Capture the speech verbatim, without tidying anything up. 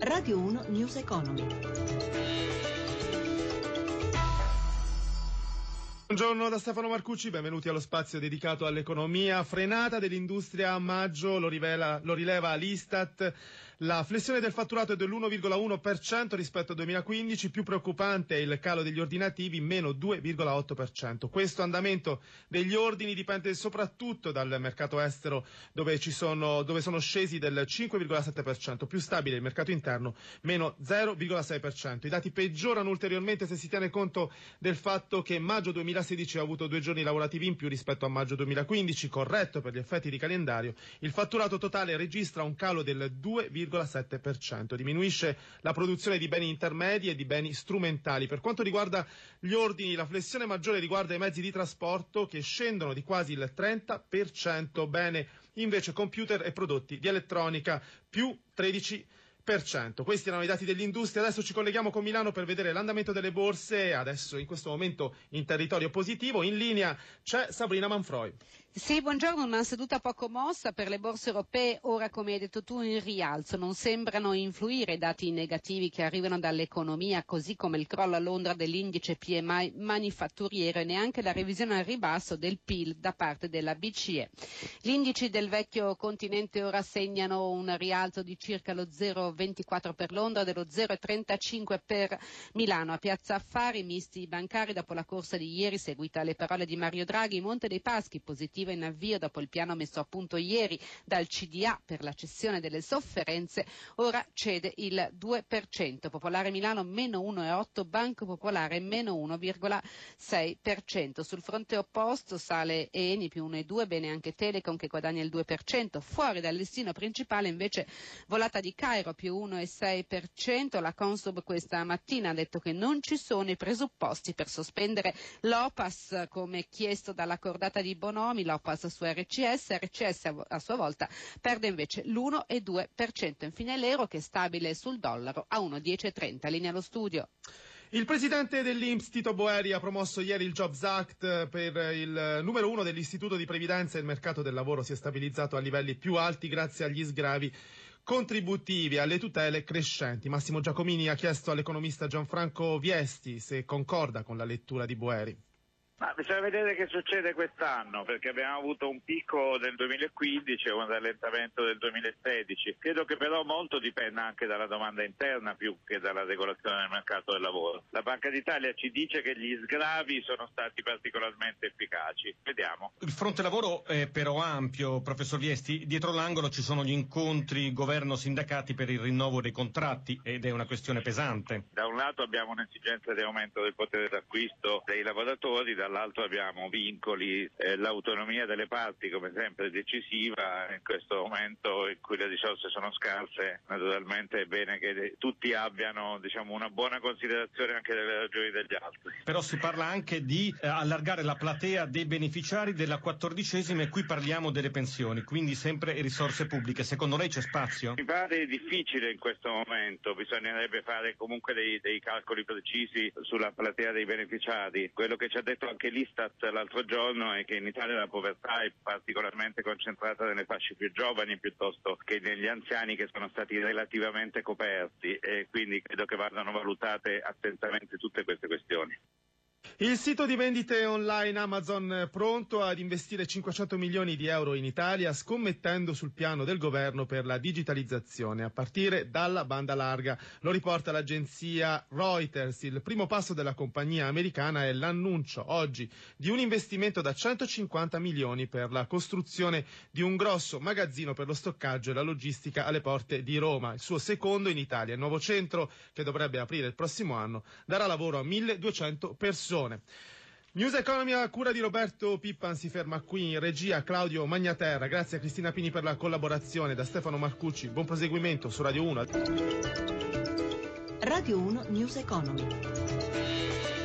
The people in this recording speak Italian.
Radio uno News Economy. Buongiorno da Stefano Marcucci, benvenuti allo spazio dedicato all'economia. Frenata dell'industria a maggio, lo, rivela, lo rileva l'Istat. La flessione del fatturato è dell'uno virgola uno per cento rispetto al duemilaquindici, più preoccupante è il calo degli ordinativi, meno due virgola otto per cento. Questo andamento degli ordini dipende soprattutto dal mercato estero, dove, ci sono, dove sono scesi del cinque virgola sette per cento, più stabile il mercato interno, meno zero virgola sei per cento. I dati peggiorano ulteriormente se si tiene conto del fatto che maggio duemilasedici ha avuto due giorni lavorativi in più rispetto a maggio duemilaquindici, corretto per gli effetti di calendario. Il fatturato totale registra un calo del due virgola sette per cento. Diminuisce la produzione di beni intermedi e di beni strumentali. Per quanto riguarda gli ordini, la flessione maggiore riguarda i mezzi di trasporto, che scendono di quasi il trenta per cento, bene invece computer e prodotti di elettronica più tredici per cento. Questi erano i dati dell'industria. Adesso ci colleghiamo con Milano per vedere l'andamento delle borse, adesso in questo momento in territorio positivo. In linea c'è Sabrina Manfroi. Sì, buongiorno. Una seduta poco mossa per le borse europee, ora come hai detto tu in rialzo. Non sembrano influire i dati negativi che arrivano dall'economia, così come il crollo a Londra dell'indice P M I manifatturiero e neanche la revisione al ribasso del P I L da parte della B C E. Gli indici del vecchio continente ora segnano un rialzo di circa lo zero virgola ventiquattro per Londra, dello zero virgola trentacinque per Milano. A Piazza Affari, misti bancari dopo la corsa di ieri, seguita alle parole di Mario Draghi. Monte dei Paschi positiva in avvio dopo il piano messo a punto ieri dal C D A per la cessione delle sofferenze, ora cede il due per cento. Popolare Milano meno uno virgola otto per cento, Banco Popolare meno uno virgola sei per cento. Sul fronte opposto sale Eni più uno virgola due per cento, bene anche Telecom che guadagna il due per cento. Fuori dal listino principale invece volata di Cairo più uno virgola sei per cento. La Consob questa mattina ha detto che non ci sono i presupposti per sospendere l'O P A S come chiesto dalla cordata di Bonomi, l'O P A S su R C S, R C S a sua volta perde invece l'uno virgola due per cento. Infine l'euro che è stabile sul dollaro a uno virgola dieci trenta. Linea allo studio. Il presidente dell'I N P S Tito Boeri ha promosso ieri il Jobs Act per il numero uno dell'Istituto di Previdenza e il mercato del lavoro si è stabilizzato a livelli più alti grazie agli sgravi contributivi, alle tutele crescenti. Massimo Giacomini ha chiesto all'economista Gianfranco Viesti se concorda con la lettura di Boeri. Ma bisogna vedere che succede quest'anno, perché abbiamo avuto un picco nel duemilaquindici e un rallentamento del duemilasedici. Credo che però molto dipenda anche dalla domanda interna più che dalla regolazione del mercato del lavoro. La Banca d'Italia ci dice che gli sgravi sono stati particolarmente efficaci. Vediamo. Il fronte lavoro è però ampio, professor Viesti. Dietro l'angolo ci sono gli incontri governo-sindacati per il rinnovo dei contratti ed è una questione pesante. Da un lato abbiamo un'esigenza di aumento del potere d'acquisto dei lavoratori, dall'altro abbiamo vincoli, eh, l'autonomia delle parti come sempre decisiva in questo momento in cui le risorse sono scarse. Naturalmente è bene che tutti abbiano, diciamo, una buona considerazione anche delle ragioni degli altri. Però si parla anche di eh, allargare la platea dei beneficiari della quattordicesima e qui parliamo delle pensioni, quindi sempre risorse pubbliche. Secondo lei c'è spazio? Mi pare difficile in questo momento, bisognerebbe fare comunque dei, dei calcoli precisi sulla platea dei beneficiari. Quello che ci ha detto anche l'Istat l'altro giorno è che in Italia la povertà è particolarmente concentrata nelle fasce più giovani piuttosto che negli anziani che sono stati relativamente coperti e quindi credo che vadano valutate attentamente tutte queste questioni. Il sito di vendite online Amazon pronto ad investire cinquecento milioni di euro in Italia, scommettendo sul piano del governo per la digitalizzazione a partire dalla banda larga. Lo riporta l'agenzia Reuters. Il primo passo della compagnia americana è l'annuncio oggi di un investimento da centocinquanta milioni per la costruzione di un grosso magazzino per lo stoccaggio e la logistica alle porte di Roma. Il suo secondo in Italia. Il nuovo centro, che dovrebbe aprire il prossimo anno, darà lavoro a milleduecento persone. News Economy a cura di Roberto Pippan si ferma qui, in regia Claudio Magnaterra. Grazie a Cristina Pini per la collaborazione, da Stefano Marcucci. Buon proseguimento su Radio uno. Radio uno News Economy.